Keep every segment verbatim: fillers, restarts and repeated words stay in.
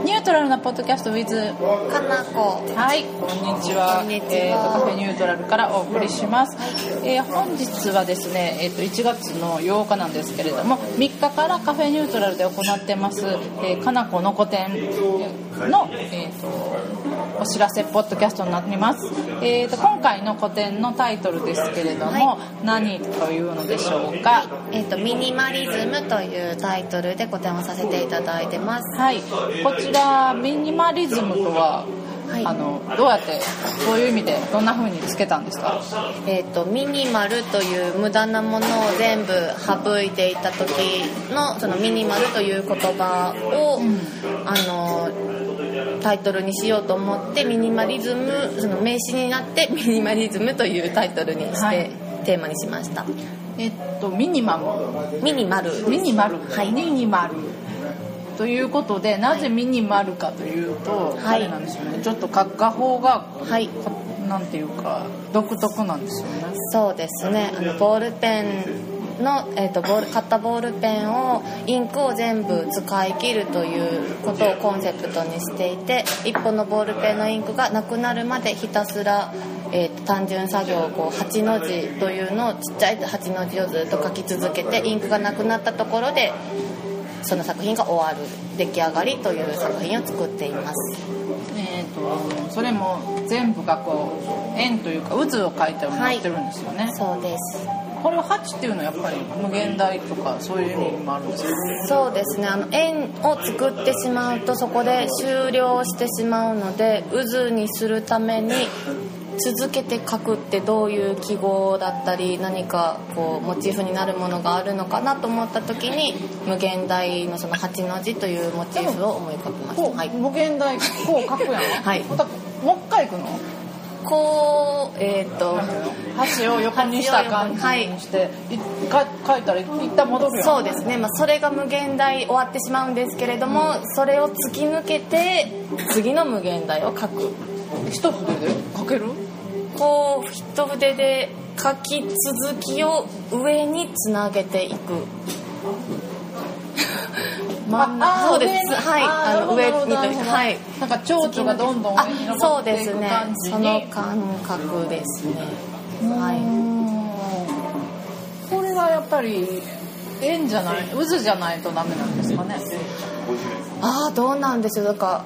ニュートラルなポッドキャスト with かなこ。 はい、こんにちは。 こんにちは。 えーと、カフェニュートラルからお送りします。えー、本日はですね、えーと、いちがつのようかなんですけれども、みっかからカフェニュートラルで行ってます、えー、かなこの個展の、えーと、お知らせポッドキャストになります。えーと、今回の個展のタイトルですけれども、はい、何というのでしょうか。 えーと、ミニマリズムというタイトルで個展をさせていただいてます。 はい、こちらミニマリズムとは、はい、あのどうやってどういう意味でどんな風につけたんですか？ えーと、ミニマルという無駄なものを全部省いていた時のそのミニマルという言葉を、うん、あのタイトルにしようと思ってミニマリズムその名詞になってミニマリズムというタイトルにして、はい、テーマにしました。 えっとミニマムミニマルミニマルはいミニマルということで、なぜミニマルかというと、はい、あれなんですよね、ちょっと画法が、はい、なんていうか独特なんですよね。 そうですね、あのボールペンの、えーと、ボール買ったボールペンをインクを全部使い切るということをコンセプトにしていて、一本のボールペンのインクがなくなるまでひたすら、えーと、単純作業をこうはちの字というのをちっちゃいはちの字をずっと書き続けて、インクがなくなったところでその作品が終わる、出来上がりという作品を作っています。 えーと、それも全部がこう円というか渦を描いてもらってるんですよね。 はい、そうです。 これははちっていうのはやっぱり無限大とかそういう意味もあるんですか？ そうですね、あの円を作ってしまうとそこで終了してしまうので、渦にするために続けて書くってどういう記号だったり何かこうモチーフになるものがあるのかなと思った時に、無限大のそのはちの字というモチーフを思い浮かべました。はい、 無限大こう書くやんはい、 もう一回行くのこう、えーと箸を横にした感じにして、はい、書いたら一旦戻るよ。 そうですね、まあ、それが無限大終わってしまうんですけれども、うん、それを突き抜けて次の無限大を書く。 一筆で書ける？ こう一筆で書き続きを上につなげていく。 真ん中、そうです。 はい、あの上にとはい、 なんか蝶々がどんどん上に登っていく感じに。 そうですね、その感覚ですね。はい。 これはやっぱり円じゃない、渦じゃないとダメなんですかね。 ああ、どうなんでしょう。だから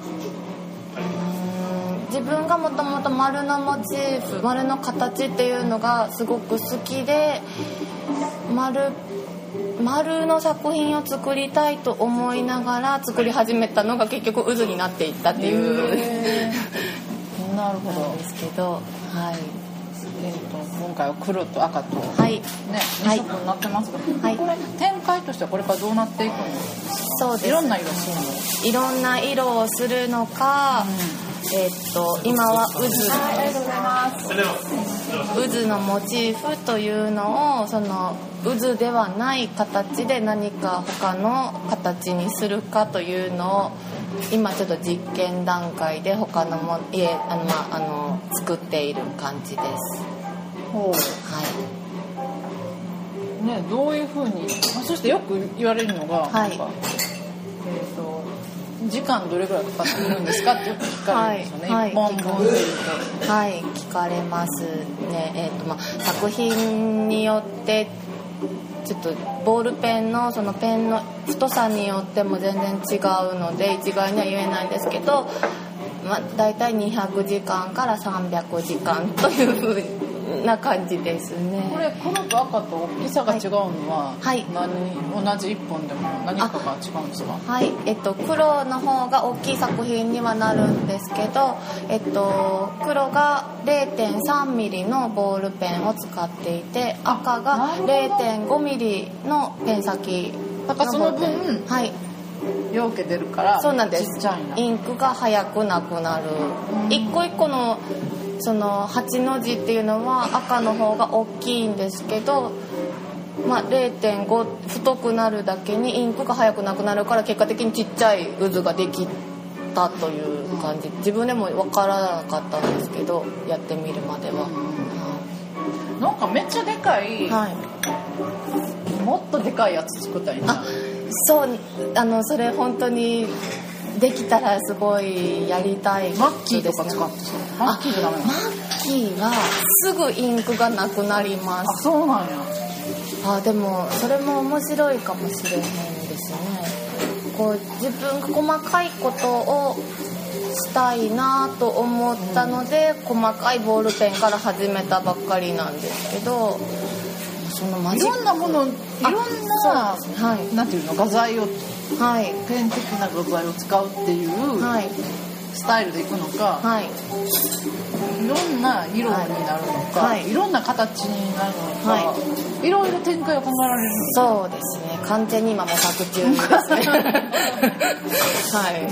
自分がもともと丸のモチーフ、丸の形っていうのがすごく好きで、丸丸の作品を作りたいと思いながら作り始めたのが結局渦になっていったっていうなるほどなんですけど、はい。 えーと、今回は黒と赤と、 はいね、に色になってますけど、はい、これ展開としてはこれからどうなっていくの？そうです。いろんな色するの？ いろんな色をするのか、うん、えー、っと今は渦、 ありがとうございます。 渦のモチーフというのをその渦ではない形で何か他の形にするかというのを今ちょっと実験段階で他のも家あの、まあ、あの作っている感じです。 ほう、はいね、どういうふうに、そしてよく言われるのが、はい、なんか、えーと、時間どれぐらいかかっているんですかってよく聞かれるんですよね、はい、一本分というと。 はい、聞かれますね。えーとまあ、作品によってちょっとボールペンのそのペンの太さによっても全然違うので一概には言えないんですけど、まあ、だいたいにひゃくじかんからさんびゃくじかんという風な感じですね。 これ黒と赤と大きさが違うのは、はい、何同じいっぽんでも何かが違うんですか？ はい、えっと、黒の方が大きい作品にはなるんですけど、えっと、黒が れいてんさんミリのボールペンを使っていて、赤が れいてんごミリのペン先のボールペン。 だからその分、はい、よけ出るからそうなんです。 ちっちゃいな。 インクが早くなくなる。一個一個のそのはちの字っていうのは赤の方が大きいんですけど、まあ、れいてんご 太くなるだけにインクが早くなくなるから結果的にちっちゃい渦ができたという感じ。自分でも分からなかったんですけどやってみるまでは、 うん、なんかめっちゃでかい、はい、もっとでかいやつ作ったらいいな。 あ、そう、あのそれ本当にできたらすごいやりたいですね。 マッキーとか使ってそう。マッキーじゃダメなの？ マッキーはすぐインクがなくなりまあ、 す。 そうなんや。 あ、でもそれも面白いかもしれへんですね。こう自分が細かいことをしたいなと思ったので、うん、細かいボールペンから始めたばっかりなんですけど、そのマジックいろんなもの、いろんな、 そうですね、はい、 なんていうの、画材を、 はい、 ペン的な画材を使うっていう、はい、スタイルでいくのか、はい、いろんな色になるのか、はい、いろんな形になるのか、はい、いろいろ展開を考えられる。 そうですね、完全に今模索中ですね。はい、うん、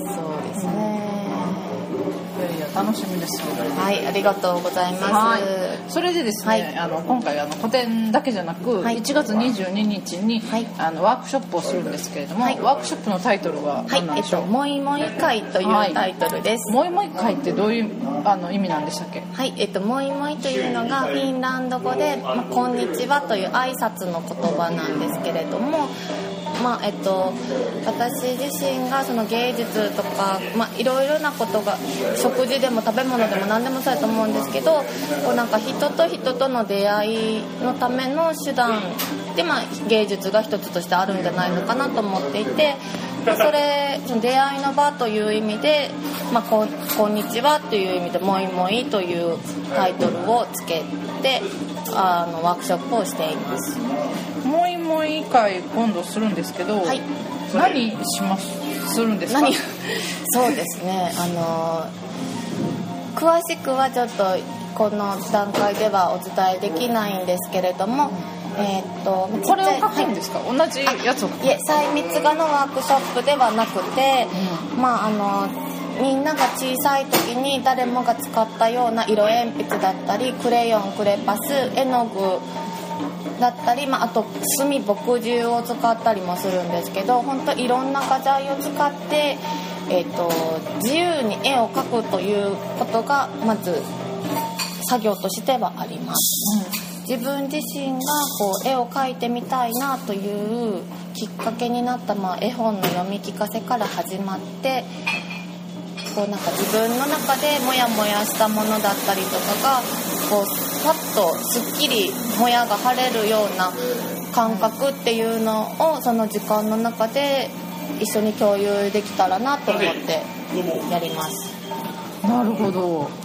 そうですね。 いやいや楽しみですよ。 はい、ありがとうございます。はい、 それでですね、はい、あの今回あの個展だけじゃなく、はい、いちがつにじゅうににちに、はい、あのワークショップをするんですけれども、はい、ワークショップのタイトルは何なんでしょう？ はい、えっと、もいもい会というタイトルです。 はい、もいもい会ってどういうあの意味なんでしたっけ？ はい、えっと、もいもいというのがフィンランド語で、まあ、こんにちはという挨拶の言葉なんですけれども、まあえっと、私自身がその芸術とか、まあ、いろいろなことが食事でも食べ物でも何でもそうやと思うんですけど、こうなんか人と人との出会いのための手段で、まあ、芸術が一つとしてあるんじゃないのかなと思っていて、それその出会いの場という意味で、まあ、こ, こんにちはという意味でもいもいというタイトルをつけてあのワークショップをしています。 もいもい会今度するんですけど、はい、何しますするんですか？ 何そうですね、あの詳しくはちょっとこの段階ではお伝えできないんですけれども、えー、っとこれを書くんですか？はい、同じやつを書く？ いえ、細密画のワークショップではなくて、うん、まああのみんなが小さい時に誰もが使ったような色鉛筆だったりクレヨン、クレパス、絵の具だったり、まあ、あと墨、墨汁を使ったりもするんですけど、本当いろんな画材を使って、えー、と自由に絵を描くということがまず作業としてはあります。うん、自分自身がこう絵を描いてみたいなというきっかけになった、まあ、絵本の読み聞かせから始まって、こうなんか自分の中でモヤモヤしたものだったりとかがこうパッとすっきりもやが晴れるような感覚っていうのをその時間の中で一緒に共有できたらなと思ってやります。 なるほど。はい、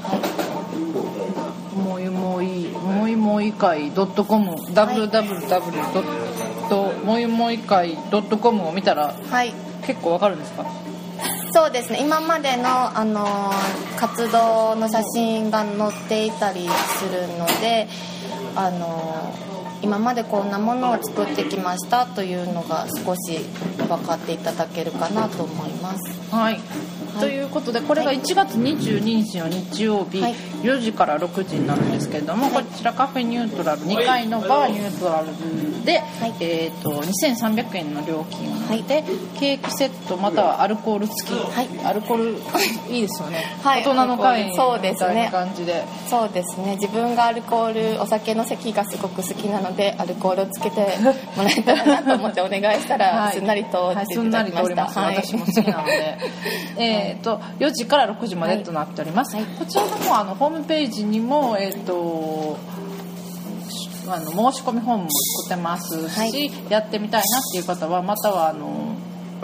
もいもいもいもい会 .com ダブリューダブリューダブリュー もいもい会 .com を見たら、はい、結構わかるんですか？ そうですね、今までの、あのー、活動の写真が載っていたりするので、あのー、今までこんなものを作ってきましたというのが少し分かっていただけるかなと思います。 はい、はい、ということでこれがいちがつにじゅうににちの日曜日、はい、よじからろくじになるんですけれども、はい、こちらカフェニュートラルにかいのバーニュートラルで、はい、えー、とにせんさんびゃくえんの料金で、はい、ケーキセットまたはアルコール付き、はい、アルコールいいですよね、はい、大人の会みたいな感じで、 そうですね、自分がアルコールお酒の席がすごく好きなのでアルコールをつけてもらえたらなと思ってお願いしたら、はい、すんなりとっていただきました。 はい、すんなり通ります、はい、私も好きなのでえとよじからろくじまでとなっております。はい、こちらの方あのホームページにも、えー、とあの申し込みフォームも作ってますし、はい、やってみたいなっていう方はまたはあの、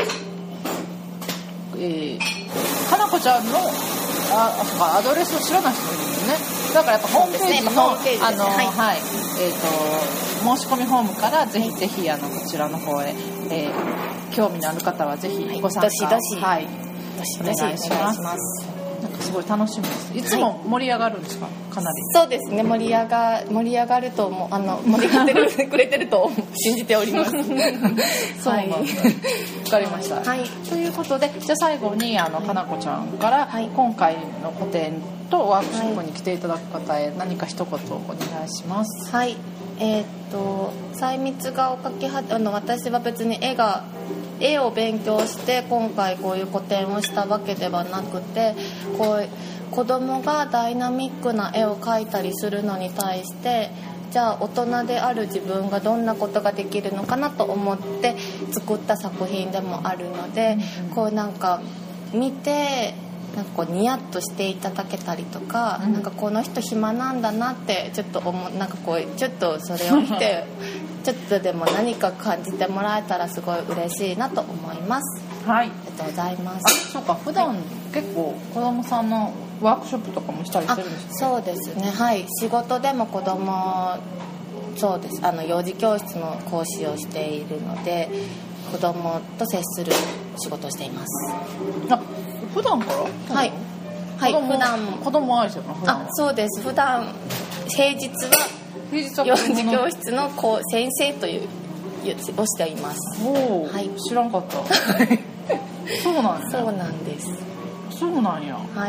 えー、かなこちゃんのああアドレスを知らない人もいるんですね。だからやっぱホームページの、ね、あの、はいはい、えー、と申し込みフォームからぜひぜひあのこちらの方へ、えー、興味のある方はぜひご参加、はい、どしどし、はい、お願いします。なんかすごい楽しみです。いつも盛り上がるんですか？はい、かなり。 そうですね、盛り上が盛り上がると思う、あの盛り上がってるくれてると信じております。そうなんですね。 わかりました。はい。ということで、じゃあ最後にあのかなこちゃんから、はい、今回の個展とワークショップに来ていただく方へ何か一言お願いします。 はい。えー、っと細密画を描きはあの私は別に絵が絵を勉強して今回こういう個展をしたわけではなくて、こう子供がダイナミックな絵を描いたりするのに対してじゃあ大人である自分がどんなことができるのかなと思って作った作品でもあるので、うん、こうなんか見てなんかこうニヤッとしていただけたりとか、うん、なんかこの人暇なんだなってちょっと思う、なんかこうちょっとそれを見てちょっとでも何か感じてもらえたらすごい嬉しいなと思います。 はい、 ありがとうございます。 あ、そうか、普段、はい、結構子供さんのワークショップとかもしたりしてるんですか？ そうですね、はい、仕事でも子供そうです、あの幼児教室の講師をしているので子供と接する仕事をしています。 あ、普段から？ はい、はい、普段子供愛してるの？ あ、そうです。普段平日は幼児教室の先生というをしています。 おー、はい、知らんかったそうなんや。 そうなんです。 そうなんや。 はい、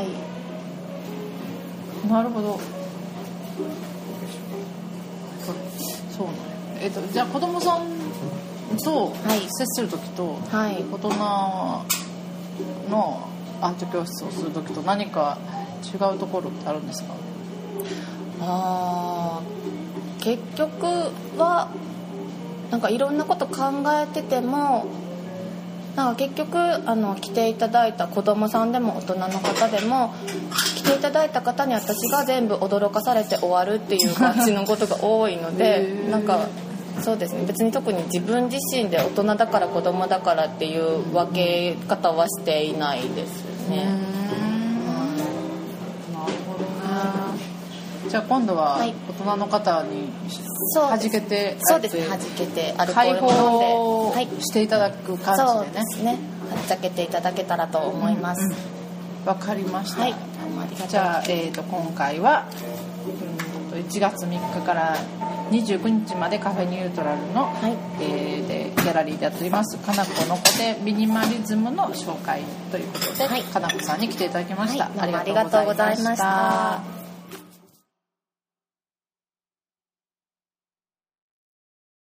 なるほど。そうなんや。えっと、じゃあ子供さんと接するときと、はい、大人のアート教室をするときと何か違うところってあるんですか？ あー、結局はなんかいろんなこと考えててもなんか結局あの来ていただいた子供さんでも大人の方でも来ていただいた方に私が全部驚かされて終わるっていう感じのことが多いのでなんかそうですね、別に特に自分自身で大人だから子供だからっていう分け方はしていないですね。 なるほどね。じゃあ今度は大人の方にはじけて、 そうですね、はじけてアルコー解ルも放飲んでしていただく感じでね。 そうですね、はっちゃけていただけたらと思います。 うんうん、わかりました。 はい、 じゃあ、えー、と今回は、うん、いちがつみっかからにじゅうくにちまでカフェニュートラルの、はい、えー、でギャラリーでやっておりますかなこの子でミニマリズムの紹介ということで、はい、かなこさんに来ていただきました。 はい、ありがとうございました。